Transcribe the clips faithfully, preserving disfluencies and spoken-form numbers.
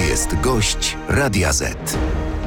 jest gość Radia Z.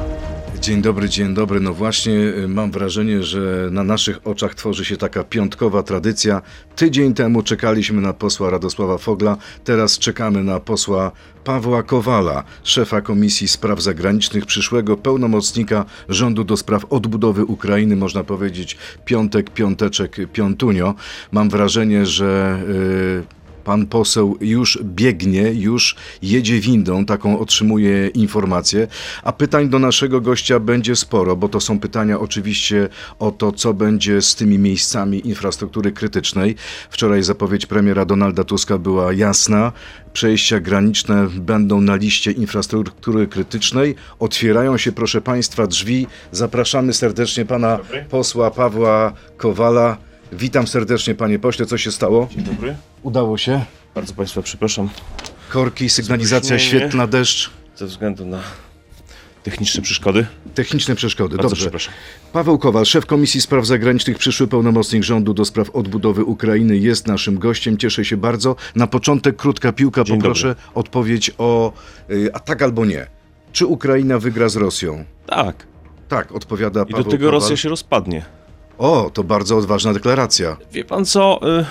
Dzień dobry, dzień dobry. No właśnie, mam wrażenie, że na naszych oczach tworzy się taka piątkowa tradycja. Tydzień temu czekaliśmy na posła Radosława Fogla, teraz czekamy na posła Pawła Kowala, szefa Komisji Spraw Zagranicznych, przyszłego pełnomocnika rządu do spraw odbudowy Ukrainy, można powiedzieć piątek, piąteczek, piątunio. Mam wrażenie, że Yy, Pan poseł już biegnie, już jedzie windą, taką otrzymuje informację, a pytań do naszego gościa będzie sporo, bo to są pytania oczywiście o to, co będzie z tymi miejscami infrastruktury krytycznej. Wczoraj zapowiedź premiera Donalda Tuska była jasna. Przejścia graniczne będą na liście infrastruktury krytycznej. Otwierają się, proszę Państwa, drzwi. Zapraszamy serdecznie pana Dobry. posła Pawła Kowala. Witam serdecznie, panie pośle. Co się stało? Dzień dobry. Udało się. Bardzo Państwa przepraszam Korki, sygnalizacja Spóźnienie. świetna, deszcz. ze względu na techniczne przeszkody. Techniczne przeszkody. Bardzo Dobrze. przepraszam. Paweł Kowal, szef Komisji Spraw Zagranicznych, przyszły pełnomocnik rządu do spraw odbudowy Ukrainy, jest naszym gościem. Cieszę się bardzo. Na początek krótka piłka. Dzień Poproszę dobry. odpowiedź o y, a tak albo nie. Czy Ukraina wygra z Rosją? Tak. Tak, odpowiada I Paweł do tego Kowal. Rosja się rozpadnie. O, to bardzo odważna deklaracja. Wie pan co? Y,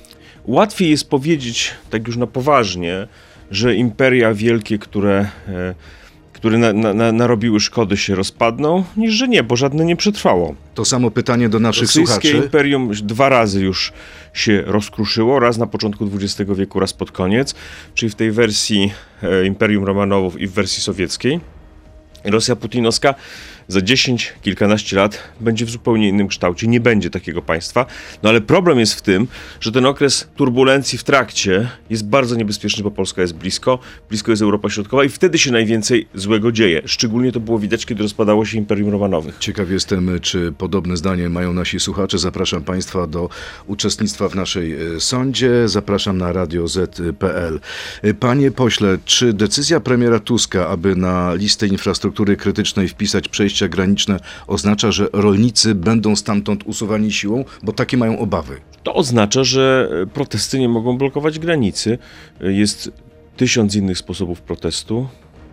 łatwiej jest powiedzieć, tak już na poważnie, że imperia wielkie, które, y, które na, na, na, narobiły szkody, się rozpadną, niż że nie, bo żadne nie przetrwało. To samo pytanie do naszych Rosyjskie słuchaczy. imperium dwa razy już się rozkruszyło, raz na początku dwudziestego wieku, raz pod koniec, czyli w tej wersji e, Imperium Romanowów i w wersji sowieckiej. Rosja putinowska za dziesięć, kilkanaście lat będzie w zupełnie innym kształcie, nie będzie takiego państwa. No ale problem jest w tym, że ten okres turbulencji w trakcie jest bardzo niebezpieczny, bo Polska jest blisko, blisko jest Europa Środkowa i wtedy się najwięcej złego dzieje. Szczególnie to było widać, kiedy rozpadało się Imperium Romanowych. Ciekaw jestem, czy podobne zdanie mają nasi słuchacze. Zapraszam Państwa do uczestnictwa w naszej e, sądzie. Zapraszam na radio zet kropka pe el. E, Panie pośle, czy decyzja premiera Tuska, aby na listę infrastruktury krytycznej wpisać przejścia graniczne, oznacza, że rolnicy będą stamtąd usuwani siłą? Bo takie mają obawy. To oznacza, że protesty nie mogą blokować granicy. Jest tysiąc innych sposobów protestu.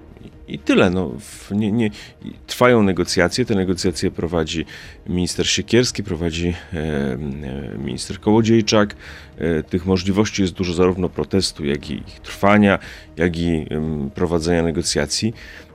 I tyle. No, w, nie, nie, trwają negocjacje. Te negocjacje prowadzi minister Siekierski, prowadzi e, e, minister Kołodziejczak. E, tych możliwości jest dużo, zarówno protestu, jak i ich trwania, jak i e, prowadzenia negocjacji.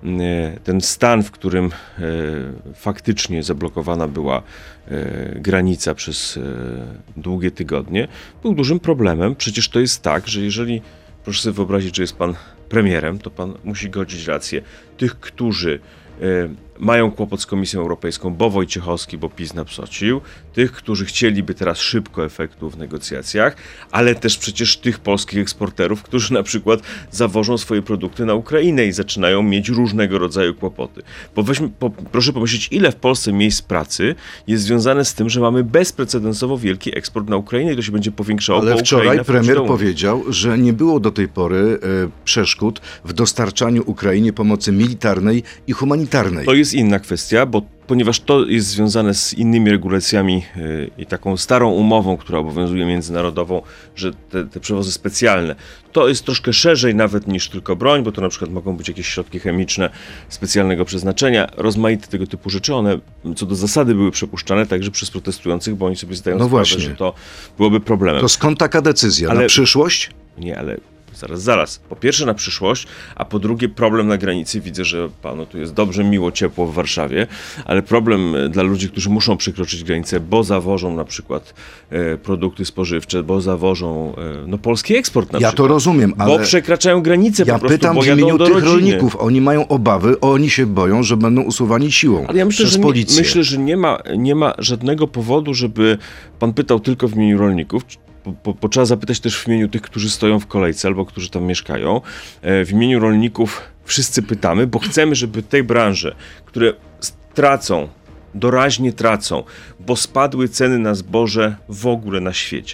E, ten stan, w którym e, faktycznie zablokowana była e, granica przez e, długie tygodnie, był dużym problemem. Przecież to jest tak, że jeżeli, proszę sobie wyobrazić, że jest pan premierem, to pan musi godzić rację tych, którzy y, mają kłopot z Komisją Europejską, bo Wojciechowski, bo PiS napsocił, tych, którzy chcieliby teraz szybko efektu w negocjacjach, ale też przecież tych polskich eksporterów, którzy na przykład zawożą swoje produkty na Ukrainę i zaczynają mieć różnego rodzaju kłopoty. Bo weźmy, po, proszę pomyśleć, ile w Polsce miejsc pracy jest związane z tym, że mamy bezprecedensowo wielki eksport na Ukrainę i to się będzie powiększało. Ale bo wczoraj Ukraina premier wchodzi do Unii. powiedział, że nie było do tej pory e, przeszkód w dostarczaniu Ukrainie pomocy militarnej i humanitarnej. To jest inna kwestia, bo ponieważ to jest związane z innymi regulacjami yy, i taką starą umową, która obowiązuje międzynarodową, że te, te przewozy specjalne, to jest troszkę szerzej nawet niż tylko broń, bo to na przykład mogą być jakieś środki chemiczne specjalnego przeznaczenia, rozmaite tego typu rzeczy, one co do zasady były przepuszczane także przez protestujących, bo oni sobie zdają No sprawę, właśnie. że to byłoby problemem. To skąd taka decyzja? Ale- Na przyszłość? Nie, ale zaraz, zaraz. Po pierwsze na przyszłość, a po drugie problem na granicy. Widzę, że panu tu jest dobrze, miło, ciepło w Warszawie, ale problem e, dla ludzi, którzy muszą przekroczyć granicę, bo zawożą na przykład e, produkty spożywcze, bo zawożą e, no polski eksport na Ja przykład. to rozumiem, ale Bo przekraczają granicę ja po prostu, pytam bo w jadą imieniu do tych rodziny. rolników. Oni mają obawy, oni się boją, że będą usuwani siłą Ale ja myślę, przez że nie, policję. myślę, że nie ma, nie ma żadnego powodu, żeby pan pytał tylko w imieniu rolników. Bo, bo, bo trzeba zapytać też w imieniu tych, którzy stoją w kolejce albo którzy tam mieszkają. E, w imieniu rolników wszyscy pytamy, bo chcemy, żeby te branże, które tracą, doraźnie tracą, bo spadły ceny na zboże w ogóle na świecie.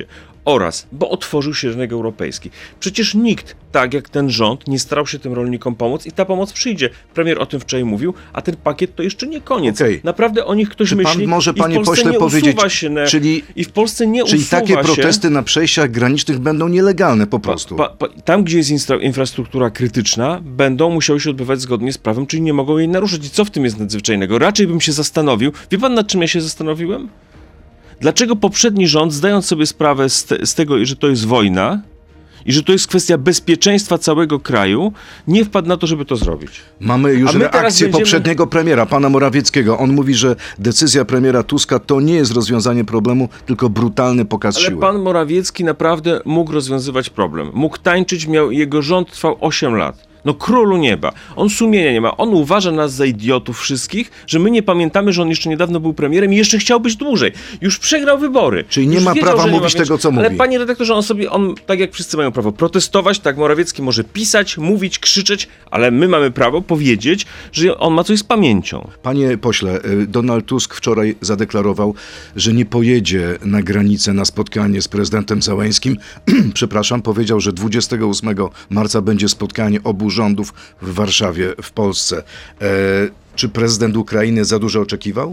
oraz, bo otworzył się rynek europejski. Przecież nikt, tak jak ten rząd, nie starał się tym rolnikom pomóc i ta pomoc przyjdzie. Premier o tym wczoraj mówił, a ten pakiet to jeszcze nie koniec. Okay. Naprawdę o nich ktoś Czy pan myśli może, i w panie Polsce pośle, nie powiedzieć, usuwa się ne, czyli, i w Polsce nie czyli usuwa takie się, protesty na przejściach granicznych będą nielegalne po prostu. Pa, pa, tam, gdzie jest infra, infrastruktura krytyczna, będą musiały się odbywać zgodnie z prawem, czyli nie mogą jej naruszyć. I co w tym jest nadzwyczajnego? Raczej bym się zastanowił. Wie pan, nad czym ja się zastanowiłem? Dlaczego poprzedni rząd, zdając sobie sprawę z, te, z tego, że to jest wojna i że to jest kwestia bezpieczeństwa całego kraju, nie wpadł na to, żeby to zrobić? Mamy już my reakcję będziemy... poprzedniego premiera, pana Morawieckiego. On mówi, że decyzja premiera Tuska to nie jest rozwiązanie problemu, tylko brutalny pokaz Ale siły. pan Morawiecki naprawdę mógł rozwiązywać problem. Mógł tańczyć, miał, jego rząd trwał osiem lat. No królu nieba. On sumienia nie ma. On uważa nas za idiotów wszystkich, że my nie pamiętamy, że on jeszcze niedawno był premierem i jeszcze chciał być dłużej. Już przegrał wybory. Czyli nie Już ma wiedział, prawa że nie mówić ma, tego, co ale mówi. panie redaktorze, on sobie, on tak jak wszyscy mają prawo protestować, tak Morawiecki może pisać, mówić, krzyczeć, ale my mamy prawo powiedzieć, że on ma coś z pamięcią. Panie pośle, Donald Tusk wczoraj zadeklarował, że nie pojedzie na granicę na spotkanie z prezydentem Zełenskim. Przepraszam, powiedział, że dwudziestego ósmego marca będzie spotkanie obu rządów w Warszawie, w Polsce. E, czy prezydent Ukrainy za dużo oczekiwał?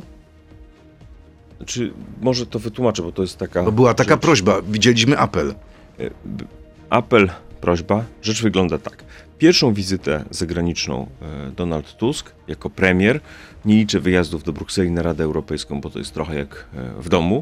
Czy może to wytłumaczę, bo to jest taka... Bo była taka rzecz. prośba, widzieliśmy apel. Apel, prośba. Rzecz wygląda tak. Pierwszą wizytę zagraniczną Donald Tusk jako premier, nie liczę wyjazdów do Brukseli na Radę Europejską, bo to jest trochę jak w domu,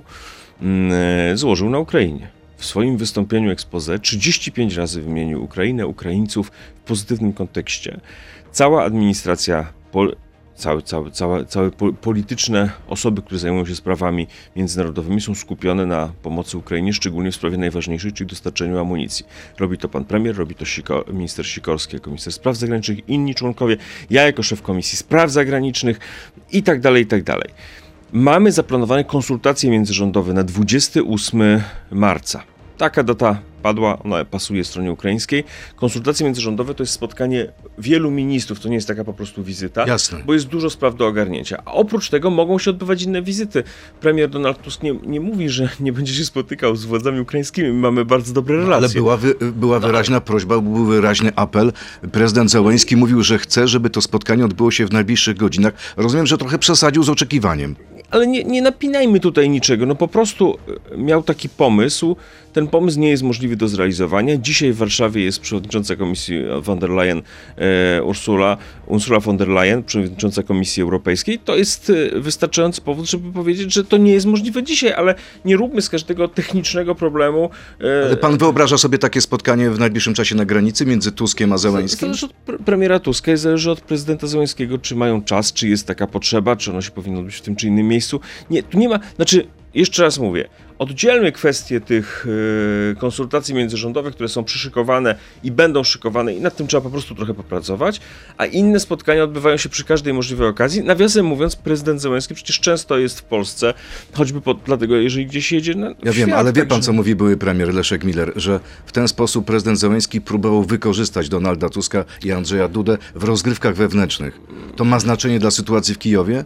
złożył na Ukrainie. W swoim wystąpieniu exposé trzydzieści pięć razy wymienił Ukrainę, Ukraińców w pozytywnym kontekście. Cała administracja, pol, całe, całe, całe, całe polityczne osoby, które zajmują się sprawami międzynarodowymi, są skupione na pomocy Ukrainie, szczególnie w sprawie najważniejszej, czyli dostarczeniu amunicji. Robi to pan premier, robi to Siko, minister Sikorski jako minister spraw zagranicznych, inni członkowie, ja jako szef Komisji Spraw Zagranicznych i tak dalej, i tak dalej. Mamy zaplanowane konsultacje międzyrządowe na dwudziestego ósmego marca. Taka data padła, ona pasuje stronie ukraińskiej. Konsultacje międzyrządowe to jest spotkanie wielu ministrów, to nie jest taka po prostu wizyta, Jasne. bo jest dużo spraw do ogarnięcia. A oprócz tego mogą się odbywać inne wizyty. Premier Donald Tusk nie, nie mówi, że nie będzie się spotykał z władzami ukraińskimi. My mamy bardzo dobre relacje. Ale była, wy, była wyraźna prośba, był wyraźny apel. Prezydent Zełenski mówił, że chce, żeby to spotkanie odbyło się w najbliższych godzinach. Rozumiem, że trochę przesadził z oczekiwaniem. Ale nie, nie napinajmy tutaj niczego, no po prostu miał taki pomysł, ten pomysł nie jest możliwy do zrealizowania. Dzisiaj w Warszawie jest przewodnicząca Komisji von der Leyen, e, Ursula, Ursula von der Leyen, przewodnicząca Komisji Europejskiej. To jest wystarczający powód, żeby powiedzieć, że to nie jest możliwe dzisiaj, ale nie róbmy z każdego technicznego problemu. E, Ale pan wyobraża sobie takie spotkanie w najbliższym czasie na granicy między Tuskiem a Zełenskim? Zależy od pre- premiera Tuska i zależy od prezydenta Zełenskiego, czy mają czas, czy jest taka potrzeba, czy ono się powinno odbyć w tym czy innym miejscu. Nie, tu nie ma, znaczy, jeszcze raz mówię, oddzielmy kwestie tych yy, konsultacji międzyrządowych, które są przyszykowane i będą szykowane i nad tym trzeba po prostu trochę popracować, a inne spotkania odbywają się przy każdej możliwej okazji. Nawiasem mówiąc, prezydent Zełenski przecież często jest w Polsce, choćby po, dlatego, jeżeli gdzieś jedzie na Ja świat, wiem, ale wie pan, także... co mówi były premier Leszek Miller, że w ten sposób prezydent Zełenski próbował wykorzystać Donalda Tuska i Andrzeja Dudę w rozgrywkach wewnętrznych. To ma znaczenie dla sytuacji w Kijowie?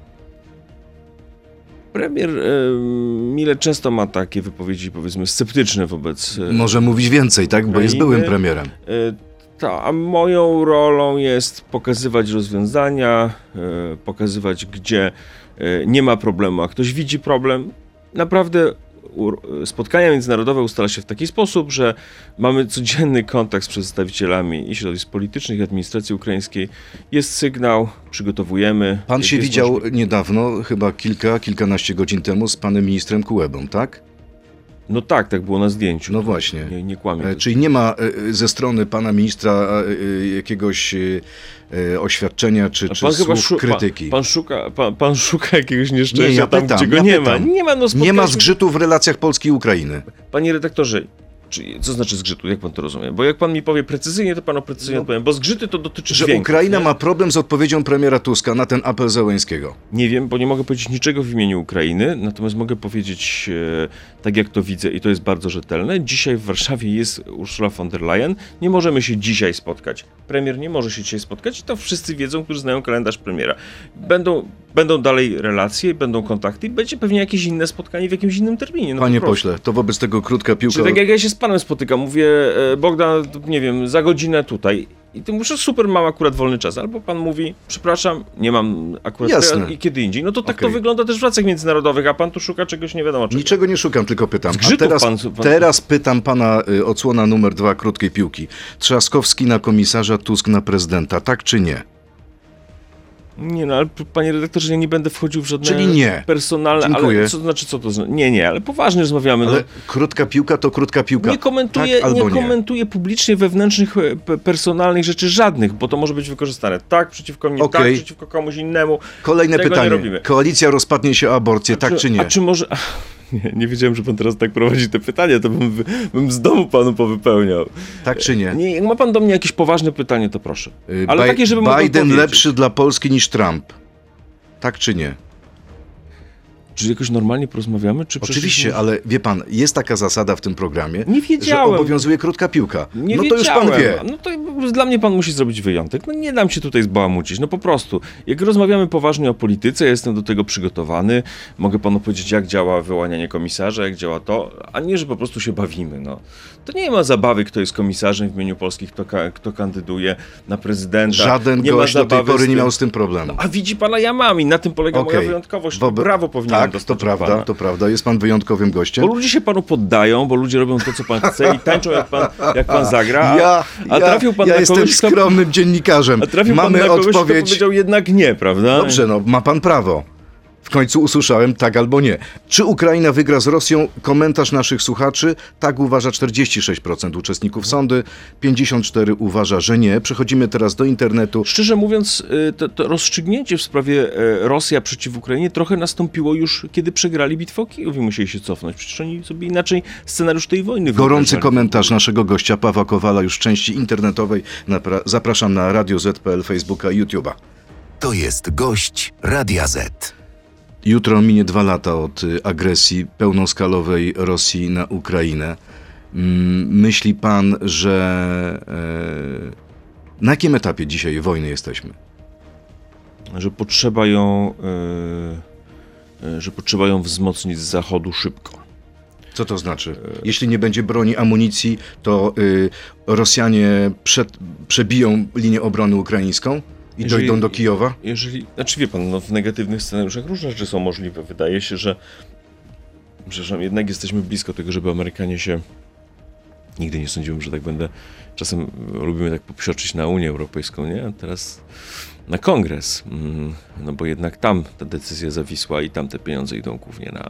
Premier e, Miller często ma takie wypowiedzi, powiedzmy, sceptyczne wobec... E, Może mówić więcej, tak? Bo jest byłym premierem. E, ta, a moją rolą jest pokazywać rozwiązania, e, pokazywać, gdzie e, nie ma problemu, a ktoś widzi problem. Naprawdę u, spotkania międzynarodowe ustala się w taki sposób, że mamy codzienny kontakt z przedstawicielami i środowisk politycznych, i administracji ukraińskiej. Jest sygnał, przygotowujemy. Pan Jak się jest widział możliwe. niedawno, chyba kilka, kilkanaście godzin temu z panem ministrem Kulebą, tak? No tak, tak było na zdjęciu. No właśnie. Nie, nie kłamię. E, Czyli nie ma e, ze strony pana ministra e, jakiegoś e, oświadczenia czy, A czy pan chyba słów szu- krytyki. Pan, pan, szuka, pan, pan szuka jakiegoś nieszczęścia Nie, ja tam, pytam, gdzie go ja nie pytam. ma. Nie ma, no Nie ma spotkaliśmy- zgrzytu w relacjach Polski i Ukrainy. Panie redaktorze, Czy, co znaczy zgrzytu? Jak pan to rozumie? Bo jak pan mi powie precyzyjnie, to panu precyzyjnie No, odpowiem. Bo zgrzyty to dotyczy Że dźwięków, Ukraina nie? ma problem z odpowiedzią premiera Tuska na ten apel Zełenskiego. Nie wiem, bo nie mogę powiedzieć niczego w imieniu Ukrainy, natomiast mogę powiedzieć e, tak, jak to widzę i to jest bardzo rzetelne. Dzisiaj w Warszawie jest Ursula von der Leyen. Nie możemy się dzisiaj spotkać. Premier nie może się dzisiaj spotkać i to wszyscy wiedzą, którzy znają kalendarz premiera. Będą, będą dalej relacje, będą kontakty i będzie pewnie jakieś inne spotkanie w jakimś innym terminie. No Panie po prostu. pośle, to wobec tego krótka piłka... Czy tak jak ja się z panem spotykam, mówię, e, Bogdan, nie wiem, za godzinę tutaj. I ty muszę, super, mam akurat wolny czas. Albo pan mówi, przepraszam, nie mam akurat Jasne. tego i kiedy indziej. No to tak Okej. to wygląda też w relacjach międzynarodowych, a pan tu szuka czegoś nie wiadomo czego. Niczego nie szukam, tylko pytam. A Zgrzytów teraz, pan- pan- teraz pytam pana, y, odsłona numer dwa krótkiej piłki. Trzaskowski na komisarza, Tusk na prezydenta, tak czy nie? Nie no, ale p- panie redaktorze, ja nie będę wchodził w żadne Czyli nie. personalne, Dziękuję. ale co znaczy, co to znaczy? Nie, nie, ale poważnie rozmawiamy. Ale no. krótka piłka to krótka piłka. Nie komentuję, tak albo nie komentuję publicznie wewnętrznych, e, p- personalnych rzeczy żadnych, bo to może być wykorzystane tak przeciwko mnie, Okej. tak przeciwko komuś innemu. Kolejne Tego nie pytanie. robimy. Koalicja rozpadnie się o aborcję, tak czy nie? A czy może... Nie, nie wiedziałem, że pan teraz tak prowadzi te pytania, to bym, wy- bym z domu panu powypełniał. Tak czy nie? Nie, jak ma pan do mnie jakieś poważne pytanie, to proszę. Y, Ale Bi- takie, żeby mógł Biden odpowiedzieć. lepszy dla Polski niż Trump. Tak czy nie? Czy jakoś normalnie porozmawiamy? Czy Oczywiście, przecież- ale wie pan, jest taka zasada w tym programie, Nie że wiedziałem. obowiązuje krótka piłka. Nie no to już wiedziałem. pan wie. No to dla mnie pan musi zrobić wyjątek. No nie dam się tutaj zbałamucić, no po prostu. Jak rozmawiamy poważnie o polityce, ja jestem do tego przygotowany. Mogę panu powiedzieć, jak działa wyłanianie komisarza, jak działa to, a nie, że po prostu się bawimy, no. To nie ma zabawy, kto jest komisarzem w imieniu Polski, kto, ka- kto kandyduje na prezydenta. Żaden nie gość ma do tej zabawy pory z nie tym. miał z tym problemu. A widzi pana, ja mam i na tym polega moja Okej. wyjątkowość. Wobe- Brawo powinienem Tak, dostać to od prawda, pana. to prawda. Jest pan wyjątkowym gościem. Bo ludzie się panu poddają, bo ludzie robią to, co pan chce i tańczą, jak pan, jak pan zagra. A, Ja, a ja, trafił pan ja na jestem kogoś, kto, skromnym dziennikarzem. a trafił Mamy pan na kogoś, odpowiedź. kto powiedział jednak nie, prawda? Dobrze, no ma pan prawo. W końcu usłyszałem tak albo nie. Czy Ukraina wygra z Rosją? Komentarz naszych słuchaczy. Tak uważa czterdzieści sześć procent uczestników sądy, pięćdziesiąt cztery procent uważa, że nie. Przechodzimy teraz do internetu. Szczerze mówiąc, y, to, to rozstrzygnięcie w sprawie y, Rosja przeciw Ukrainie trochę nastąpiło już, kiedy przegrali bitwę o Kijów i musieli się cofnąć. Przecież oni sobie inaczej scenariusz tej wojny Gorący wyobrażali. komentarz naszego gościa Pawła Kowala już w części internetowej. Napra- Zapraszam na radio zet kropka pe el, Facebooka i YouTube'a. To jest gość Radia Z. Jutro minie dwa lata od y, agresji pełnoskalowej Rosji na Ukrainę. Mm, Myśli pan, że e, na jakim etapie dzisiaj wojny jesteśmy? Że potrzeba ją, y, y, że potrzeba ją wzmocnić z zachodu szybko. Co to znaczy? Jeśli nie będzie broni, amunicji, to y, Rosjanie przed, przebiją linię obrony ukraińską i Jeżeli- dojdą do Kijowa? Jeżeli, znaczy wie pan, no w negatywnych scenariuszach różne rzeczy są możliwe. Wydaje się, że przepraszam, jednak jesteśmy blisko tego, żeby Amerykanie się... Nigdy nie sądziłem, że tak będę... Czasem lubimy tak popsioczyć na Unię Europejską, nie? A teraz na Kongres. Mm, No bo jednak tam ta decyzja zawisła i tam te pieniądze idą głównie na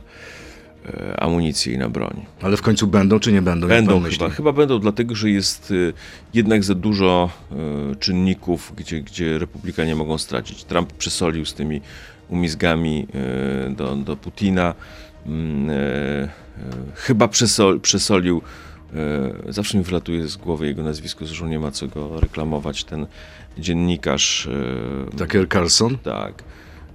e, amunicję i na broń. Ale w końcu będą, czy nie będą? jak Będą pan chyba. myśli? Chyba będą, dlatego że jest y, jednak za dużo y, czynników, gdzie, gdzie republikanie mogą stracić. Trump przesolił z tymi umizgami y, do, do Putina. Mm, y, y, chyba przesol, przesolił, y, zawsze mi wylatuje z głowy jego nazwisko, zresztą nie ma co go reklamować, ten dziennikarz. Y, Tucker Carlson? tak.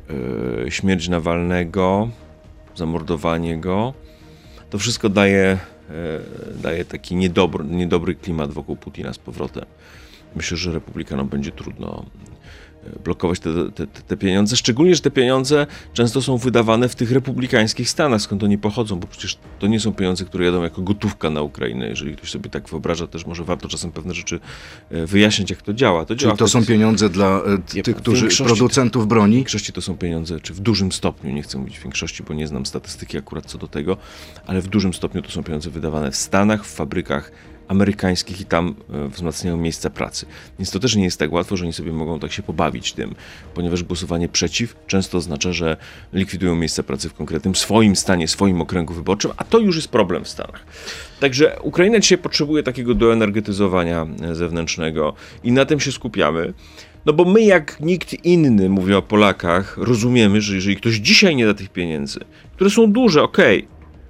Y, śmierć Nawalnego, zamordowanie go. To wszystko daje, e, daje taki niedobry, niedobry klimat wokół Putina z powrotem. Myślę, że republikanom będzie trudno e, blokować te, te, te pieniądze, szczególnie, że te pieniądze często są wydawane w tych republikańskich stanach, skąd oni pochodzą, bo przecież to nie są pieniądze, które jadą jako gotówka na Ukrainę. Jeżeli ktoś sobie tak wyobraża, też może warto czasem pewne rzeczy e, wyjaśnić, jak to działa. To, działa Czyli to w są ten pieniądze dla e, Nie, tych, w którzy większości- producentów W broni? większości to są pieniądze, czy w dużym stopniu, nie chcę mówić w większości, bo nie znam statystyki akurat co do tego, ale w dużym stopniu to są pieniądze wydawane w Stanach, w fabrykach amerykańskich i tam e, wzmacniają miejsca pracy. Więc to też nie jest tak łatwo, że oni sobie mogą tak się pobawić tym, ponieważ głosowanie przeciw często oznacza, że likwidują miejsca pracy w konkretnym swoim stanie, swoim okręgu wyborczym, a to już jest problem w Stanach. Także Ukraina dzisiaj potrzebuje takiego doenergetyzowania e, zewnętrznego i na tym się skupiamy. No bo my jak nikt inny, mówię o Polakach, rozumiemy, że jeżeli ktoś dzisiaj nie da tych pieniędzy, które są duże, okej,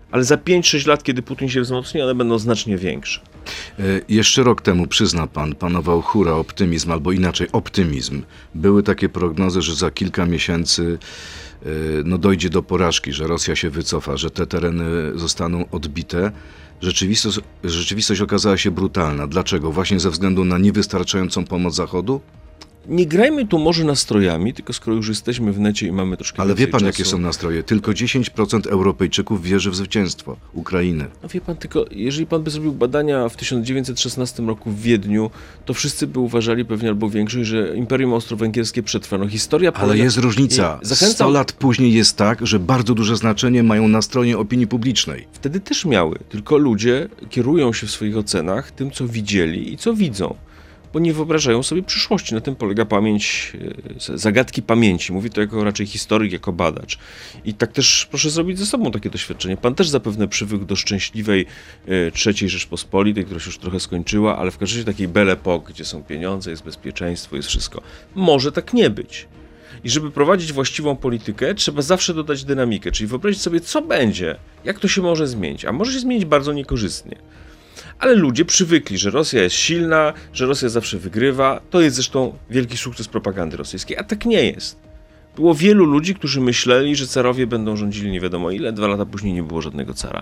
ale za pięć sześć lat, kiedy Putin się wzmocni, one będą znacznie większe. E, jeszcze rok temu, przyzna pan, panował hura, optymizm, albo inaczej optymizm. Były takie prognozy, że za kilka miesięcy e, no, dojdzie do porażki, że Rosja się wycofa, że te tereny zostaną odbite. Rzeczywistość, rzeczywistość okazała się brutalna. Dlaczego? Właśnie ze względu na niewystarczającą pomoc Zachodu? Nie grajmy tu może nastrojami, tylko skoro już jesteśmy w necie i mamy troszkę Ale wie pan, czasu. jakie są nastroje? Tylko dziesięć procent Europejczyków wierzy w zwycięstwo Ukrainy. No wie pan, tylko jeżeli pan by zrobił badania w tysiąc dziewięćset szesnastym roku w Wiedniu, to wszyscy by uważali pewnie, albo większość, że Imperium Austro-Węgierskie przetrwa. No historia Ale polega... jest różnica. Zachęcam... sto lat później jest tak, że bardzo duże znaczenie mają nastroje opinii publicznej. Wtedy też miały, tylko ludzie kierują się w swoich ocenach tym, co widzieli i co widzą, bo nie wyobrażają sobie przyszłości. Na tym polega pamięć, zagadki pamięci. Mówię to jako raczej historyk, jako badacz. I tak też proszę zrobić ze sobą takie doświadczenie. Pan też zapewne przywykł do szczęśliwej e, trzeciej Rzeczpospolitej, która się już trochę skończyła, ale w każdym razie takiej Belle Époque, gdzie są pieniądze, jest bezpieczeństwo, jest wszystko. Może tak nie być. I żeby prowadzić właściwą politykę, trzeba zawsze dodać dynamikę, czyli wyobrazić sobie, co będzie, jak to się może zmienić, a może się zmienić bardzo niekorzystnie. Ale ludzie przywykli, że Rosja jest silna, że Rosja zawsze wygrywa. To jest zresztą wielki sukces propagandy rosyjskiej, a tak nie jest. Było wielu ludzi, którzy myśleli, że carowie będą rządzili nie wiadomo ile. Dwa lata później nie było żadnego cara,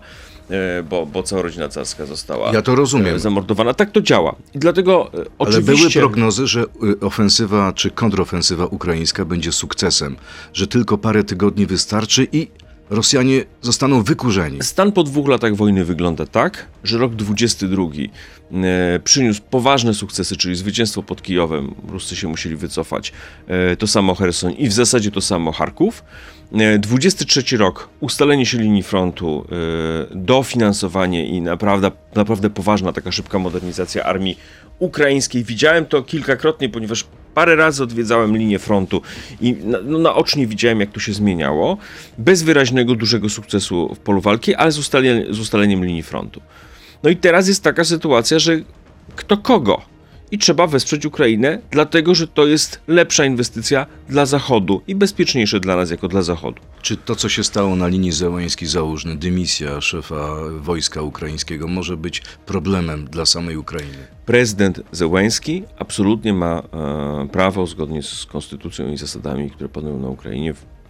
bo, bo cała rodzina carska została Ja to rozumiem. zamordowana. Tak to działa. I dlatego Ale oczywiście... były prognozy, że ofensywa czy kontrofensywa ukraińska będzie sukcesem, że tylko parę tygodni wystarczy i Rosjanie zostaną wykurzeni. Stan po dwóch latach wojny wygląda tak, że rok dwudziesty drugi e, przyniósł poważne sukcesy, czyli zwycięstwo pod Kijowem. Ruscy się musieli wycofać. E, to samo Cherson i w zasadzie to samo Charków. E, dwudziesty trzeci rok, ustalenie się linii frontu, e, dofinansowanie i naprawdę, naprawdę poważna taka szybka modernizacja armii ukraińskiej. Widziałem to kilkakrotnie, ponieważ parę razy odwiedzałem linię frontu i na, no, naocznie widziałem, jak to się zmieniało. Bez wyraźnego, dużego sukcesu w polu walki, ale z, ustale, z ustaleniem linii frontu. No i teraz jest taka sytuacja, że kto kogo? I trzeba wesprzeć Ukrainę, dlatego że to jest lepsza inwestycja dla Zachodu i bezpieczniejsze dla nas jako dla Zachodu. Czy to, co się stało na linii Zełeński-Załużny, dymisja szefa wojska ukraińskiego, może być problemem dla samej Ukrainy? Prezydent Zełeński absolutnie ma e, prawo, zgodnie z konstytucją i zasadami, które panują na Ukrainie,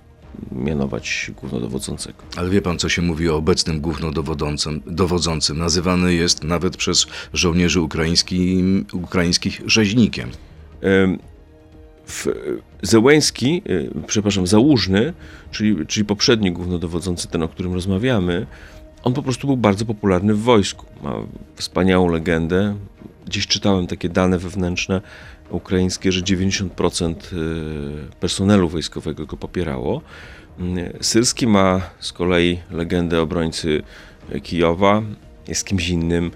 mianować głównodowodzącego. Ale wie pan, co się mówi o obecnym głównodowodzącym? Dowodzącym. Nazywany jest nawet przez żołnierzy ukraińskich rzeźnikiem. E, w, Zełeński, e, przepraszam, Załużny, czyli, czyli poprzedni głównodowodzący, ten, o którym rozmawiamy, on po prostu był bardzo popularny w wojsku. Ma wspaniałą legendę. Gdzieś czytałem takie dane wewnętrzne ukraińskie, że dziewięćdziesiąt procent personelu wojskowego go popierało. Syrski ma z kolei legendę obrońcy Kijowa, jest kimś innym.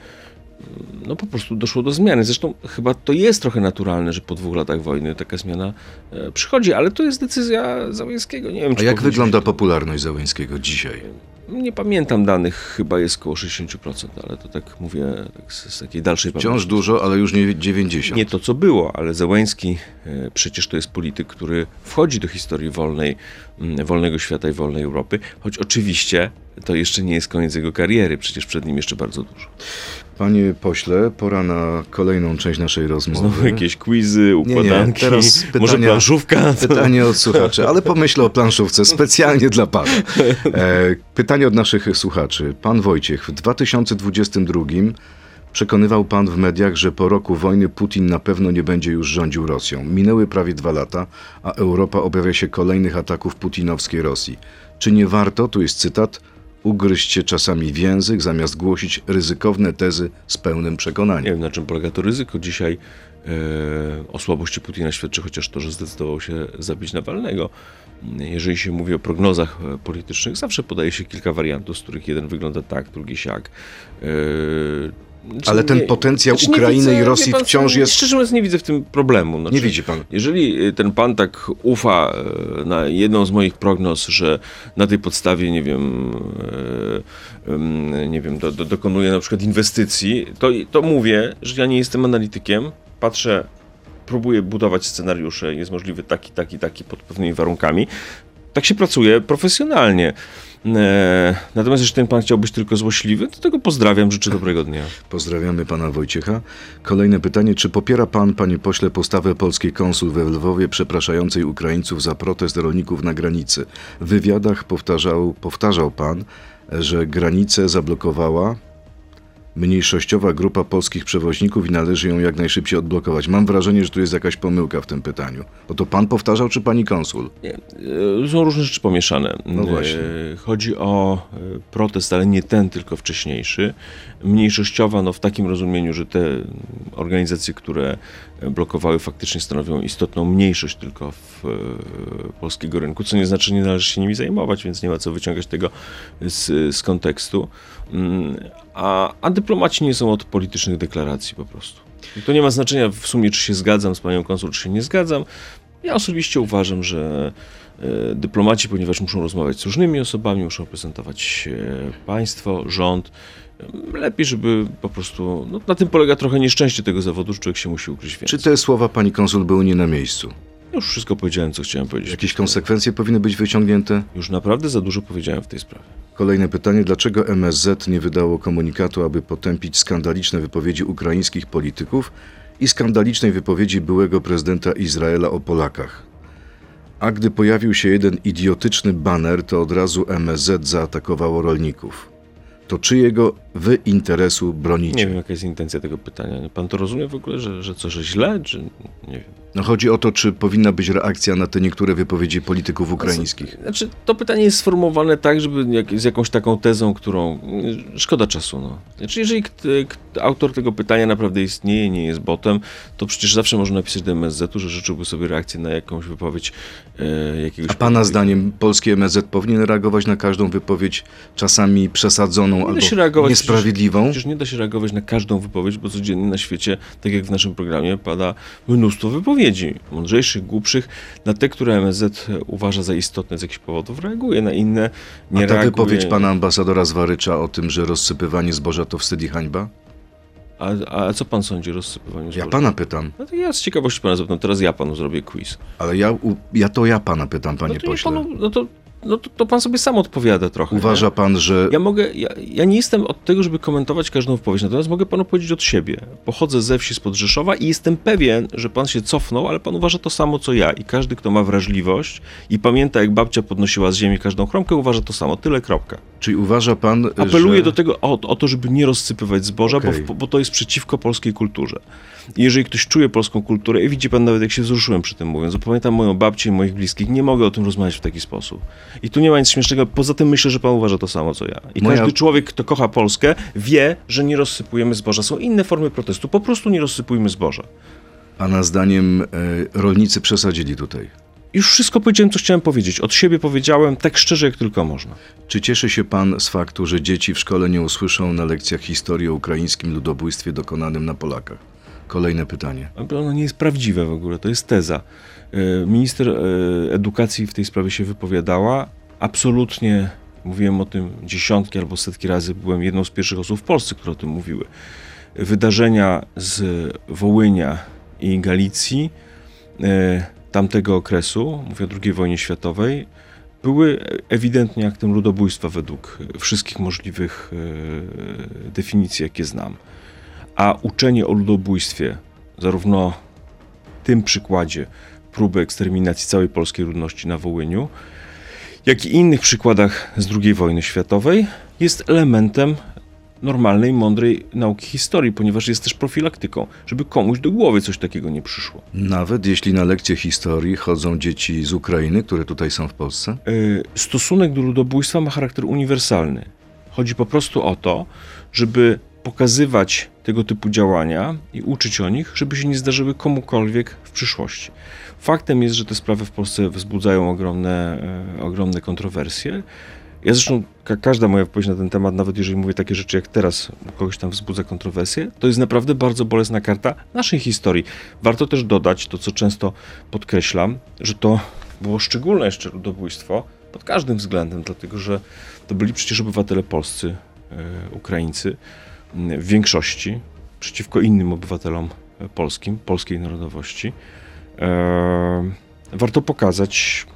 No po prostu doszło do zmiany. Zresztą chyba to jest trochę naturalne, że po dwóch latach wojny taka zmiana przychodzi, ale to jest decyzja Zełeńskiego. Nie wiem, czy A jak wygląda to... popularność Zełeńskiego dzisiaj? Nie pamiętam danych, chyba jest około sześćdziesiąt procent, ale to tak mówię tak z, z takiej dalszej pamięci. Wciąż dużo, ale już nie dziewięćdziesiąt. Nie to, co było, ale Zełeński e, przecież to jest polityk, który wchodzi do historii wolnej, m, wolnego świata i wolnej Europy, choć oczywiście to jeszcze nie jest koniec jego kariery, przecież przed nim jeszcze bardzo dużo. Panie pośle, pora na kolejną część naszej rozmowy. Znowu jakieś quizy, układanki, nie, nie. Teraz pytania, może planszówka? Pytanie od słuchaczy, ale pomyślę o planszówce specjalnie dla pana. E, pytanie od naszych słuchaczy. Pan Wojciech, w dwa tysiące dwudziestym drugim przekonywał pan w mediach, że po roku wojny Putin na pewno nie będzie już rządził Rosją. Minęły prawie dwa lata, a Europa obawia się kolejnych ataków putinowskiej Rosji. Czy nie warto, tu jest cytat, ugryźć się czasami w język, zamiast głosić ryzykowne tezy z pełnym przekonaniem? Nie wiem, na czym polega to ryzyko. Dzisiaj e, o słabości Putina świadczy chociaż to, że zdecydował się zabić Nawalnego. Jeżeli się mówi o prognozach politycznych, zawsze podaje się kilka wariantów, z których jeden wygląda tak, drugi siak. E, Ale ten nie, potencjał znaczy Ukrainy widzę, i Rosji pan, wciąż jest... Szczerze mówiąc, nie widzę w tym problemu. Znaczy, nie widzi pan. Jeżeli ten pan tak ufa na jedną z moich prognoz, że na tej podstawie, nie wiem, nie wiem, do, do, dokonuje na przykład inwestycji, to, to mówię, że ja nie jestem analitykiem, patrzę, próbuję budować scenariusze, jest możliwy taki, taki, taki pod pewnymi warunkami. Tak się pracuje profesjonalnie. E, natomiast jeśli ten pan chciał być tylko złośliwy, to tego pozdrawiam, życzę dobrego dnia. Pozdrawiamy pana Wojciecha. Kolejne pytanie. Czy popiera pan, panie pośle, postawę polskiej konsul we Lwowie przepraszającej Ukraińców za protest rolników na granicy? W wywiadach powtarzał, powtarzał pan, że granicę zablokowała mniejszościowa grupa polskich przewoźników i należy ją jak najszybciej odblokować. Mam wrażenie, że tu jest jakaś pomyłka w tym pytaniu. Bo to pan powtarzał, czy pani konsul? Nie, są różne rzeczy pomieszane. No właśnie. Chodzi o protest, ale nie ten, tylko wcześniejszy. Mniejszościowa, no w takim rozumieniu, że te organizacje, które blokowały, faktycznie stanowią istotną mniejszość tylko w polskiego rynku, co nie znaczy, że nie należy się nimi zajmować, więc nie ma co wyciągać tego z, z kontekstu. A, a dyplomaci nie są od politycznych deklaracji po prostu. I to nie ma znaczenia w sumie, czy się zgadzam z panią konsul, czy się nie zgadzam. Ja osobiście uważam, że e, dyplomaci, ponieważ muszą rozmawiać z różnymi osobami, muszą prezentować e, państwo, rząd, e, lepiej, żeby po prostu, no, na tym polega trochę nieszczęście tego zawodu, że człowiek się musi ukryć więcej. Czy te słowa pani konsul były nie na miejscu? Już wszystko powiedziałem, co chciałem powiedzieć. Jakieś konsekwencje powinny być wyciągnięte? Już naprawdę za dużo powiedziałem w tej sprawie. Kolejne pytanie. Dlaczego M S Z nie wydało komunikatu, aby potępić skandaliczne wypowiedzi ukraińskich polityków i skandalicznej wypowiedzi byłego prezydenta Izraela o Polakach? A gdy pojawił się jeden idiotyczny baner, to od razu M S Z zaatakowało rolników. To czyjego wy interesu bronicie? Nie wiem, jaka jest intencja tego pytania. Pan to rozumie w ogóle, że, że co, że źle, czy nie wiem. No chodzi o to, czy powinna być reakcja na te niektóre wypowiedzi polityków ukraińskich. Znaczy, to pytanie jest sformułowane tak, żeby jak, z jakąś taką tezą, którą... Szkoda czasu, no. Znaczy, jeżeli k, k, autor tego pytania naprawdę istnieje, nie jest botem, to przecież zawsze można napisać do M S Z-u, że życzyłby sobie reakcję na jakąś wypowiedź e, jakiegoś... A pana zdaniem polski M S Z powinien reagować na każdą wypowiedź czasami przesadzoną albo niesprawiedliwą? Przecież, przecież nie da się reagować na każdą wypowiedź, bo codziennie na świecie, tak jak w naszym programie, pada mnóstwo wypowiedzi. Mądrzejszych, głupszych, na te, które M S Z uważa za istotne z jakichś powodów, reaguje, na inne nie A ta reaguje. wypowiedź pana ambasadora Zwarycza o tym, że rozsypywanie zboża to wstyd i hańba? A, a co pan sądzi o rozsypywaniu zboża? Ja pana pytam. No to ja z ciekawości pana zapytam, teraz ja panu zrobię quiz. Ale ja, u, ja to ja pana pytam, panie no to pośle. Panu, no to, no to, to pan sobie sam odpowiada trochę. Uważa nie? pan, że... Ja mogę, ja, ja nie jestem od tego, żeby komentować każdą wypowiedź, natomiast mogę panu powiedzieć od siebie. Pochodzę ze wsi spod Rzeszowa i jestem pewien, że pan się cofnął, ale pan uważa to samo, co ja. I każdy, kto ma wrażliwość i pamięta, jak babcia podnosiła z ziemi każdą chromkę, uważa to samo. Tyle, kropka. Czyli uważa pan, Apeluję że... do tego o, o to, żeby nie rozsypywać zboża, Okay. bo, bo to jest przeciwko polskiej kulturze. I jeżeli ktoś czuje polską kulturę, i widzi pan nawet, jak się wzruszyłem przy tym mówiąc, bo pamiętam moją babcię i moich bliskich, nie mogę o tym rozmawiać w taki sposób. I tu nie ma nic śmiesznego, poza tym myślę, że pan uważa to samo, co ja. I Moja... każdy człowiek, kto kocha Polskę, wie, że nie rozsypujemy zboża. Są inne formy protestu, po prostu nie rozsypujmy zboża. Pana zdaniem e, rolnicy przesadzili tutaj? Już wszystko powiedziałem, co chciałem powiedzieć. Od siebie powiedziałem tak szczerze, jak tylko można. Czy cieszy się pan z faktu, że dzieci w szkole nie usłyszą na lekcjach historii o ukraińskim ludobójstwie dokonanym na Polakach? Kolejne pytanie. Ono nie jest prawdziwe w ogóle, to jest teza. Minister edukacji w tej sprawie się wypowiadała. Absolutnie, mówiłem o tym dziesiątki albo setki razy, byłem jedną z pierwszych osób w Polsce, które o tym mówiły. Wydarzenia z Wołynia i Galicji tamtego okresu, mówię o drugiej wojnie światowej, były ewidentnie aktem ludobójstwa według wszystkich możliwych definicji, jakie znam. A uczenie o ludobójstwie, zarówno w tym przykładzie próby eksterminacji całej polskiej ludności na Wołyniu, jak i innych przykładach z drugiej wojny światowej, jest elementem normalnej, mądrej nauki historii, ponieważ jest też profilaktyką, żeby komuś do głowy coś takiego nie przyszło. Nawet jeśli na lekcje historii chodzą dzieci z Ukrainy, które tutaj są w Polsce? Yy, stosunek do ludobójstwa ma charakter uniwersalny. Chodzi po prostu o to, żeby pokazywać tego typu działania i uczyć o nich, żeby się nie zdarzyły komukolwiek w przyszłości. Faktem jest, że te sprawy w Polsce wzbudzają ogromne, e, ogromne kontrowersje. Ja zresztą, ka- każda moja wypowiedź na ten temat, nawet jeżeli mówię takie rzeczy jak teraz, kogoś tam wzbudza kontrowersje, to jest naprawdę bardzo bolesna karta naszej historii. Warto też dodać to, co często podkreślam, że to było szczególne jeszcze ludobójstwo pod każdym względem, dlatego że to byli przecież obywatele polscy, e, Ukraińcy, w większości przeciwko innym obywatelom polskim, polskiej narodowości. E, warto pokazać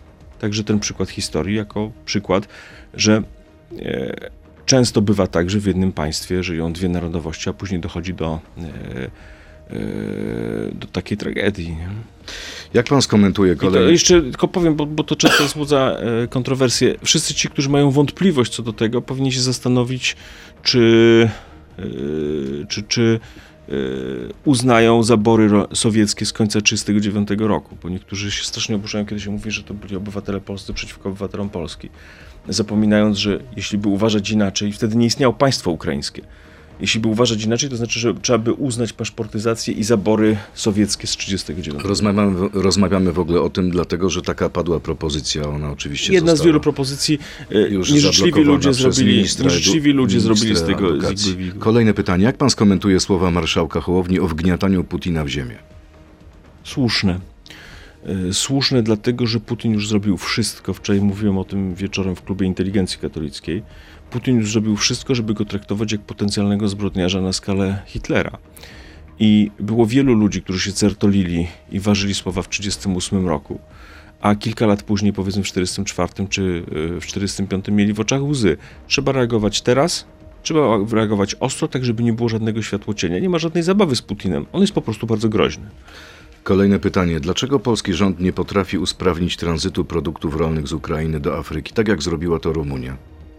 także ten przykład historii jako przykład, że e, często bywa tak, że w jednym państwie żyją dwie narodowości, a później dochodzi do, e, e, do takiej tragedii. Nie? Jak pan skomentuje kolejny... I to jeszcze tylko powiem, bo, bo to często wzbudza e, kontrowersje. Wszyscy ci, którzy mają wątpliwość co do tego, powinni się zastanowić, czy, e, czy, czy e, uznają zabory ro- sowieckie z końca tysiąc dziewięćset trzydziestego dziewiątego roku, bo niektórzy się strasznie oburzają, kiedy się mówi, że to byli obywatele polscy przeciwko obywatelom Polski, zapominając, że jeśli by uważać inaczej, wtedy nie istniało państwo ukraińskie. Jeśli by uważać inaczej, to znaczy, że trzeba by uznać paszportyzację i zabory sowieckie z tysiąc dziewięćset trzydziestego dziewiątego. Rozmawiamy, rozmawiamy w ogóle o tym, dlatego że taka padła propozycja, ona oczywiście Jedna została z wielu propozycji. już Nieżyczliwi ludzie przez zrobili, ministra nieżyczliwi edu- ludzie zrobili z ministra tego edukacji. zigby-wigby. Kolejne pytanie. Jak pan skomentuje słowa marszałka Hołowni o wgniataniu Putina w ziemię? Słuszne. Y, Słuszne dlatego, że Putin już zrobił wszystko. Wczoraj mówiłem o tym wieczorem w Klubie Inteligencji Katolickiej. Putin już zrobił wszystko, żeby go traktować jak potencjalnego zbrodniarza na skalę Hitlera. I było wielu ludzi, którzy się certolili i ważyli słowa w tysiąc dziewięćset trzydziestym ósmym roku, a kilka lat później, powiedzmy w tysiąc dziewięćset czterdziestym czwartym czy y, w tysiąc dziewięćset czterdziestym piątym mieli w oczach łzy. Trzeba reagować teraz, trzeba reagować ostro, tak żeby nie było żadnego światłocienia. Nie ma żadnej zabawy z Putinem. On jest po prostu bardzo groźny. Kolejne pytanie. Dlaczego polski rząd nie potrafi usprawnić tranzytu produktów rolnych z Ukrainy do Afryki, tak jak zrobiła to Rumunia?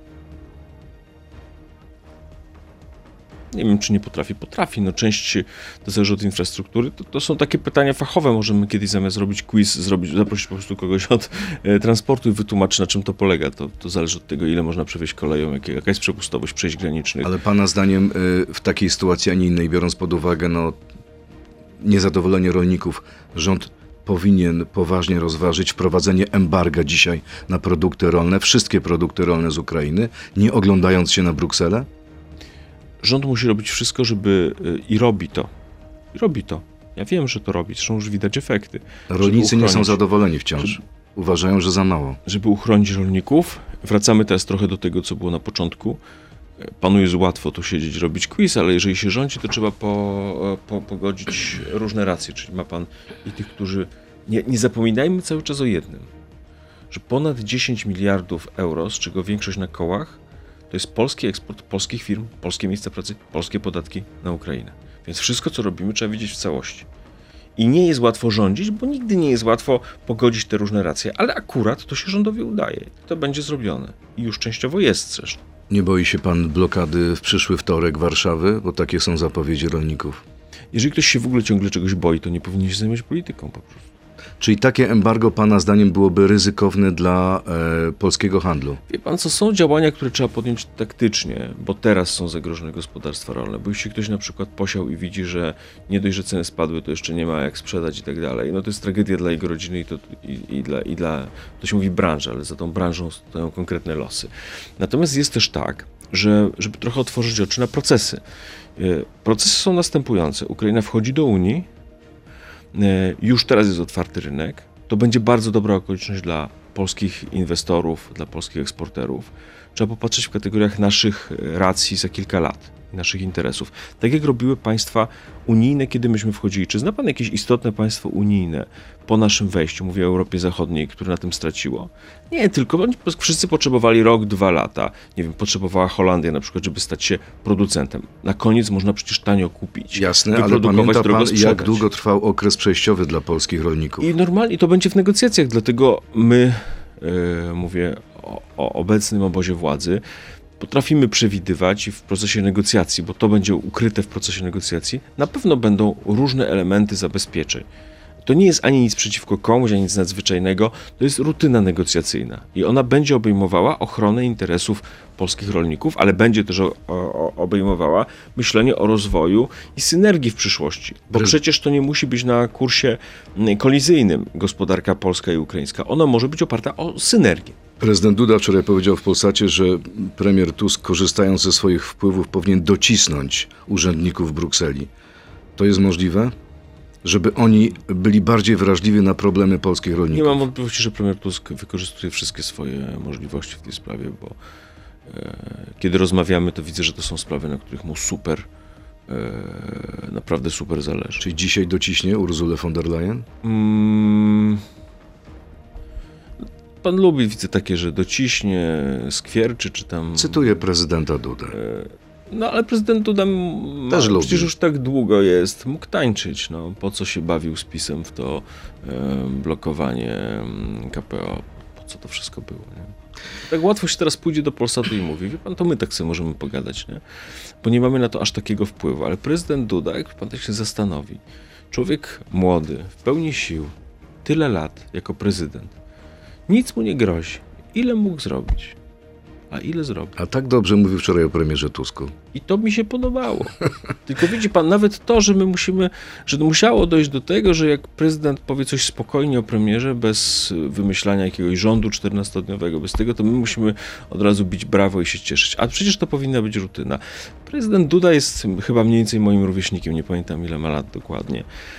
Nie wiem, czy nie potrafi. Potrafi. No część to zależy od infrastruktury. To, to są takie pytania fachowe. Możemy kiedyś zamiast zrobić quiz, zrobić, zaprosić po prostu kogoś od e, transportu i wytłumaczyć, na czym to polega. To, to zależy od tego, ile można przewieźć koleją, jak, jaka jest przepustowość przejść granicznych. Ale pana zdaniem y, w takiej sytuacji, a nie innej, biorąc pod uwagę no, niezadowolenie rolników, rząd powinien poważnie rozważyć wprowadzenie embarga dzisiaj na produkty rolne, wszystkie produkty rolne z Ukrainy, nie oglądając się na Brukselę? Rząd musi robić wszystko, żeby... y, i robi to. I robi to. Ja wiem, że to robi. Zresztą już widać efekty. Rolnicy nie są uchronić- zadowoleni wciąż. żeby- Uważają, że za mało. Żeby uchronić rolników. Wracamy teraz trochę do tego, co było na początku. Panu jest łatwo tu siedzieć, robić quiz, ale jeżeli się rządzi, to trzeba po, po, pogodzić różne racje. Czyli ma pan i tych, którzy... Nie, nie zapominajmy cały czas o jednym. Że ponad dziesięć miliardów euro, z czego większość na kołach, to jest polski eksport polskich firm, polskie miejsca pracy, polskie podatki na Ukrainę. Więc wszystko, co robimy, trzeba widzieć w całości. I nie jest łatwo rządzić, bo nigdy nie jest łatwo pogodzić te różne racje, ale akurat to się rządowi udaje. To będzie zrobione. I już częściowo jest zresztą. Nie boi się pan blokady w przyszły wtorek Warszawy? Bo takie są zapowiedzi rolników. Jeżeli ktoś się w ogóle ciągle czegoś boi, to nie powinien się zajmować polityką po prostu. Czyli takie embargo pana zdaniem byłoby ryzykowne dla e, polskiego handlu? Wie pan co, są działania, które trzeba podjąć taktycznie, bo teraz są zagrożone gospodarstwa rolne, bo jeśli ktoś na przykład posiał i widzi, że nie dość, że ceny spadły, to jeszcze nie ma jak sprzedać i tak dalej, no to jest tragedia dla jego rodziny i, to, i, i, dla, i dla, to się mówi branża, ale za tą branżą stoją konkretne losy. Natomiast jest też tak, że żeby trochę otworzyć oczy na procesy. Procesy są następujące. Ukraina wchodzi do Unii, już teraz jest otwarty rynek. To będzie bardzo dobra okoliczność dla polskich inwestorów, dla polskich eksporterów. Trzeba popatrzeć w kategoriach naszych racji za kilka lat, naszych interesów. Tak jak robiły państwa unijne, kiedy myśmy wchodzili. Czy zna pan jakieś istotne państwo unijne po naszym wejściu, mówię o Europie Zachodniej, które na tym straciło? Nie, tylko oni wszyscy potrzebowali rok, dwa lata. Nie wiem, potrzebowała Holandia na przykład, żeby stać się producentem. Na koniec można przecież tanio kupić. Jasne, ale pamięta pan, jak długo trwał okres przejściowy dla polskich rolników? I normalnie to będzie w negocjacjach, dlatego my, yy, mówię o, o obecnym obozie władzy, potrafimy przewidywać i w procesie negocjacji, bo to będzie ukryte w procesie negocjacji, na pewno będą różne elementy zabezpieczeń. To nie jest ani nic przeciwko komuś, ani nic nadzwyczajnego, to jest rutyna negocjacyjna i ona będzie obejmowała ochronę interesów polskich rolników, ale będzie też o, o, obejmowała myślenie o rozwoju i synergii w przyszłości, bo Prez... przecież to nie musi być na kursie kolizyjnym gospodarka polska i ukraińska, ona może być oparta o synergię. Prezydent Duda wczoraj powiedział w Polsacie, że premier Tusk, korzystając ze swoich wpływów, powinien docisnąć urzędników w Brukseli. To jest możliwe? Żeby oni byli bardziej wrażliwi na problemy polskich rolników. Nie mam wątpliwości, że premier Tusk wykorzystuje wszystkie swoje możliwości w tej sprawie, bo e, kiedy rozmawiamy, to widzę, że to są sprawy, na których mu super, e, naprawdę super zależy. Czyli dzisiaj dociśnie Urzulę von der Leyen? Mm, pan lubi, widzę takie, że dociśnie, skwierczy, czy tam... Cytuję prezydenta Dudę. No ale prezydent Duda ma, Też lubi. przecież już tak długo jest, mógł tańczyć, no po co się bawił z PiS-em w to e, blokowanie K P O, po co to wszystko było, nie? Tak łatwo się teraz pójdzie do Polsatu i mówi, wie pan, to my tak sobie możemy pogadać, nie? Bo nie mamy na to aż takiego wpływu, ale prezydent Duda, jak pan tak się zastanowi, człowiek młody, w pełni sił, tyle lat jako prezydent, nic mu nie grozi, ile mógł zrobić? A ile zrobił? A tak dobrze mówił wczoraj o premierze Tusku. I to mi się podobało. Tylko widzi pan, nawet to, że my musimy, że musiało dojść do tego, że jak prezydent powie coś spokojnie o premierze, bez wymyślania jakiegoś rządu czternastodniowego, bez tego, to my musimy od razu bić brawo i się cieszyć. A przecież to powinna być rutyna. Prezydent Duda jest chyba mniej więcej moim rówieśnikiem, nie pamiętam ile ma lat dokładnie.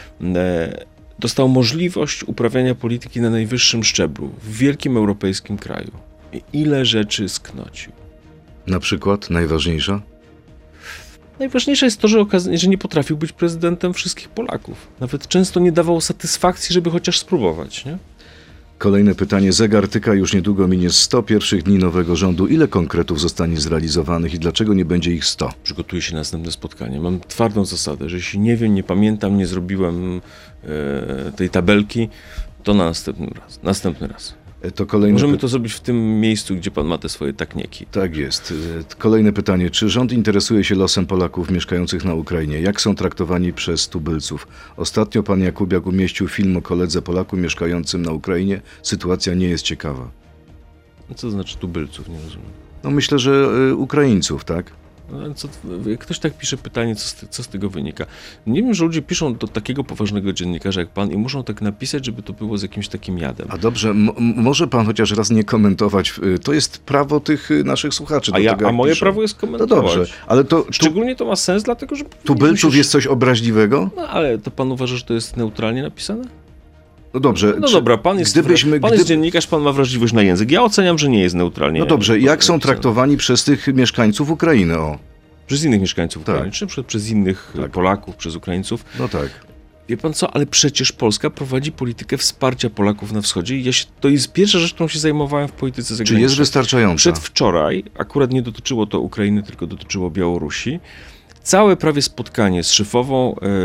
Dostał możliwość uprawiania polityki na najwyższym szczeblu, w wielkim europejskim kraju. I ile rzeczy sknocił. Na przykład najważniejsza? Najważniejsze jest to, że, okaz- że nie potrafił być prezydentem wszystkich Polaków. Nawet często nie dawał satysfakcji, żeby chociaż spróbować, nie? Kolejne pytanie. Zegar tyka, już niedługo minie sto pierwszych dni nowego rządu. Ile konkretów zostanie zrealizowanych i dlaczego nie będzie ich sto? Przygotuję się na następne spotkanie. Mam twardą zasadę, że jeśli nie wiem, nie pamiętam, nie zrobiłem e, tej tabelki, to na następny raz. Następny raz. To kolejne Możemy py- to zrobić w tym miejscu, gdzie pan ma te swoje taknieki. Tak jest. Kolejne pytanie. Czy rząd interesuje się losem Polaków mieszkających na Ukrainie? Jak są traktowani przez tubylców? Ostatnio pan Jakubiak umieścił film o koledze Polaku mieszkającym na Ukrainie. Sytuacja nie jest ciekawa. Co to znaczy tubylców? Nie rozumiem. No myślę, że y, Ukraińców, tak? No, ale co, jak ktoś tak pisze pytanie, co z, ty, co z tego wynika? Nie wiem, że ludzie piszą do takiego poważnego dziennikarza jak pan i muszą tak napisać, żeby to było z jakimś takim jadem. A dobrze, m- może pan chociaż raz nie komentować. y, To jest prawo tych y, naszych słuchaczy. A, do ja, tego, a jak moje piszą. prawo jest No komentować. dobrze, ale to tu, Szczególnie to ma sens, dlatego że... tubylców musisz- jest coś obraźliwego? No ale to pan uważa, że to jest neutralnie napisane? No dobrze. No czy- dobra, pan jest, gdybyśmy, pan gdyby- jest dziennikarz, pan ma wrażliwość na język. Ja oceniam, że nie jest neutralnie. No dobrze, jak są napisane. traktowani przez tych mieszkańców Ukrainy? O, Przez innych mieszkańców Tak. Ukrainy, czy przez, przez innych Tak. Polaków, przez Ukraińców. no tak. Wie pan co, ale przecież Polska prowadzi politykę wsparcia Polaków na wschodzie i ja się, to jest pierwsza rzecz, którą się zajmowałem w polityce Czy zagranicznej. jest wystarczająca? Przedwczoraj, akurat nie dotyczyło to Ukrainy, tylko dotyczyło Białorusi, całe prawie spotkanie z szefową e,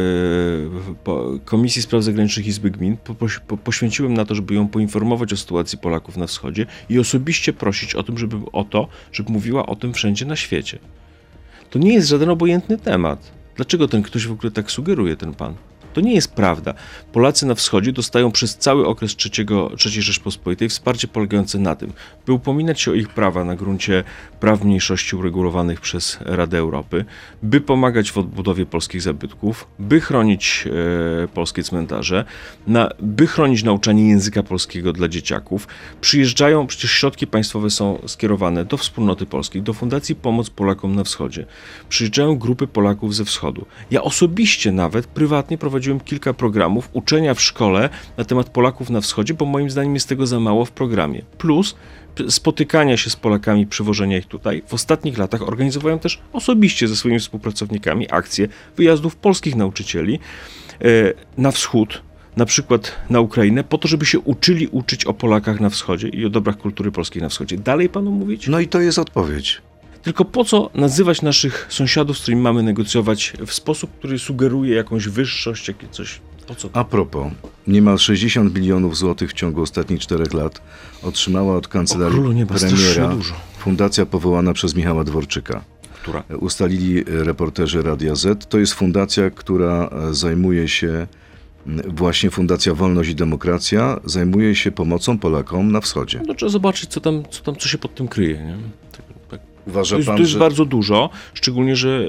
po, Komisji Spraw Zagranicznych Izby Gmin po, po, poświęciłem na to, żeby ją poinformować o sytuacji Polaków na wschodzie i osobiście prosić o, tym, żeby, o to, żeby mówiła o tym wszędzie na świecie. To nie jest żaden obojętny temat. Dlaczego ten ktoś w ogóle tak sugeruje, ten pan? To nie jest prawda. Polacy na wschodzie dostają przez cały okres trzeciego, trzeciej Rzeczpospolitej wsparcie polegające na tym, by upominać się o ich prawa na gruncie praw mniejszości uregulowanych przez Radę Europy, by pomagać w odbudowie polskich zabytków, by chronić e, polskie cmentarze, na, by chronić nauczanie języka polskiego dla dzieciaków. Przyjeżdżają, przecież środki państwowe są skierowane do Wspólnoty Polskiej, do Fundacji Pomoc Polakom na Wschodzie. Przyjeżdżają grupy Polaków ze wschodu. Ja osobiście nawet prywatnie prowadziłem kilka programów uczenia w szkole na temat Polaków na wschodzie, bo moim zdaniem jest tego za mało w programie. Plus spotykania się z Polakami, przywożenia ich tutaj. W ostatnich latach organizowałem też osobiście ze swoimi współpracownikami akcje wyjazdów polskich nauczycieli e, na wschód, na przykład na Ukrainę, po to, żeby się uczyli uczyć o Polakach na wschodzie i o dobrach kultury polskiej na wschodzie. Dalej panu mówić? No i to jest odpowiedź. Tylko po co nazywać naszych sąsiadów, z którymi mamy negocjować w sposób, który sugeruje jakąś wyższość, jakieś coś? Po co? A propos, niemal sześćdziesiąt milionów złotych w ciągu ostatnich czterech lat otrzymała od kancelarii O królu nieba, premiera strasznie dużo. fundacja powołana przez Michała Dworczyka. Która? Ustalili reporterzy Radia Z. To jest fundacja, która zajmuje się, właśnie Fundacja Wolność i Demokracja, zajmuje się pomocą Polakom na wschodzie. No trzeba zobaczyć, co tam, co tam, co się pod tym kryje, nie? Tak, tak. Uważa To jest, pan, to jest że... bardzo dużo, szczególnie, że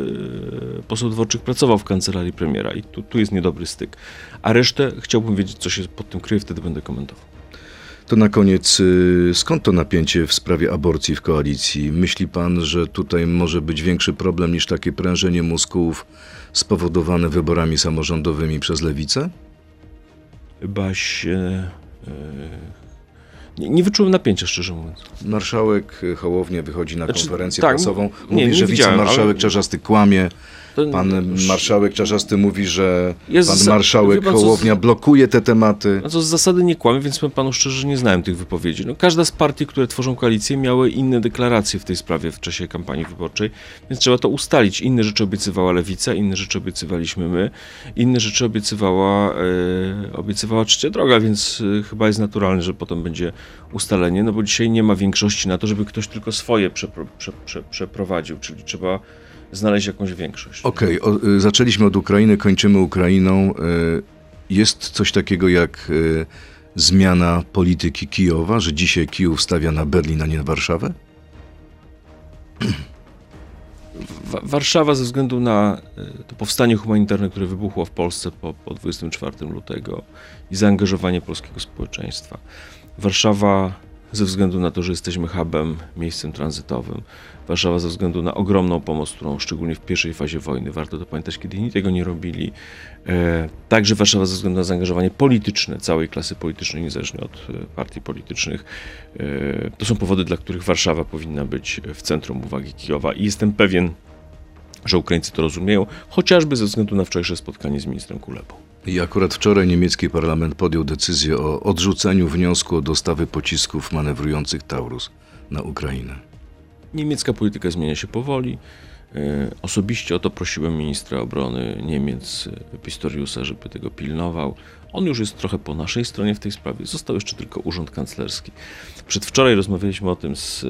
e, poseł Dworczyk pracował w kancelarii premiera i tu, tu jest niedobry styk. A resztę chciałbym wiedzieć, co się pod tym kryje, wtedy będę komentował. To na koniec, y, skąd to napięcie w sprawie aborcji w koalicji? Myśli pan, że tutaj może być większy problem niż takie prężenie mózgów spowodowane wyborami samorządowymi przez lewicę? Chyba się... E, nie, nie wyczułem napięcia, szczerze mówiąc. Marszałek Hołownia wychodzi na Znaczy, konferencję tak, prasową, nie, mówi, nie że widziałem, wicemarszałek ale- Czarzasty kłamie, To, Pan marszałek Czarzasty mówi, że Jest pan za- marszałek wie pan, co z- Hołownia blokuje te tematy. No to z zasady nie kłamie, więc powiem panu szczerze, że nie znałem tych wypowiedzi. No, każda z partii, które tworzą koalicję, miały inne deklaracje w tej sprawie w czasie kampanii wyborczej, więc trzeba to ustalić. Inne rzeczy obiecywała Lewica, inne rzeczy obiecywaliśmy my, inne rzeczy obiecywała, e, obiecywała Trzecia Droga, więc e, chyba jest naturalne, że potem będzie ustalenie, no bo dzisiaj nie ma większości na to, żeby ktoś tylko swoje przepro, prze, prze, przeprowadził, czyli trzeba znaleźć jakąś większość. Okej, o- y, zaczęliśmy od Ukrainy, kończymy Ukrainą. Y, Jest coś takiego jak y, zmiana polityki Kijowa, że dzisiaj Kijów stawia na Berlin, a nie na Warszawę? Wa- Warszawa ze względu na e, to powstanie humanitarne, które wybuchło w Polsce po, po dwudziestego czwartego lutego i zaangażowanie polskiego społeczeństwa. Warszawa ze względu na to, że jesteśmy hubem, miejscem tranzytowym. Warszawa ze względu na ogromną pomoc, którą szczególnie w pierwszej fazie wojny, warto to pamiętać, kiedy inni tego nie robili. E, także Warszawa ze względu na zaangażowanie polityczne całej klasy politycznej, niezależnie od e, partii politycznych. E, to są powody, dla których Warszawa powinna być w centrum uwagi Kijowa i jestem pewien, że Ukraińcy to rozumieją, chociażby ze względu na wczorajsze spotkanie z ministrem Kulebą. I akurat wczoraj niemiecki parlament podjął decyzję o odrzuceniu wniosku o dostawy pocisków manewrujących Taurus na Ukrainę. Niemiecka polityka zmienia się powoli. E, Osobiście o to prosiłem ministra obrony Niemiec e, Pistoriusa, żeby tego pilnował. On już jest trochę po naszej stronie w tej sprawie. Został jeszcze tylko urząd kanclerski. Przedwczoraj rozmawialiśmy o tym z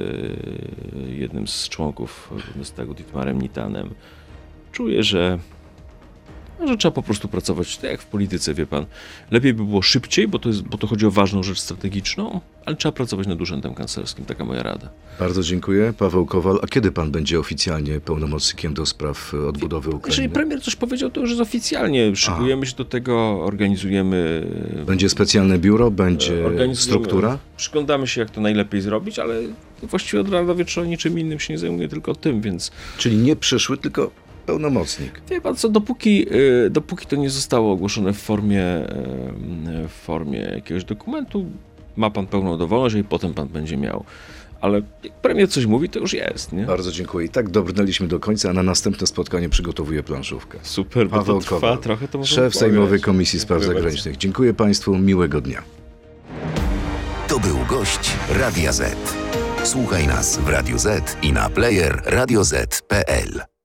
e, jednym z członków Bundestagu, Dietmarem Nitanem. Czuję, że No, że trzeba po prostu pracować tak jak w polityce, wie pan. Lepiej by było szybciej, bo to, jest, bo to chodzi o ważną rzecz strategiczną, ale trzeba pracować nad urzędem kanclerskim. Taka moja rada. Bardzo dziękuję. Paweł Kowal, a kiedy pan będzie oficjalnie pełnomocnikiem do spraw odbudowy Jeżeli Ukrainy? premier coś powiedział, to już jest oficjalnie. Szykujemy się do tego, organizujemy... Będzie specjalne biuro, będzie organizujemy- struktura? Przyglądamy się, jak to najlepiej zrobić, ale właściwie od rana do wieczora niczym innym się nie zajmuję, tylko tym, więc... Czyli nie przyszły, tylko pełnomocnik. Wie pan co, dopóki, y, dopóki to nie zostało ogłoszone w formie, y, w formie jakiegoś dokumentu, ma pan pełną dowolność i potem pan będzie miał. Ale jak premier coś mówi, to już jest, nie? Bardzo dziękuję. I tak dobrnęliśmy do końca, a na następne spotkanie przygotowuję planszówkę. Super, bo Paweł to trwa Kowal, trochę, to można szef opowiadać. Sejmowej Komisji Spraw Dziękuję bardzo. Zagranicznych. Dziękuję państwu, miłego dnia. To był gość Radia Z. Słuchaj nas w Radio Z i na player radio zet kropka pe el.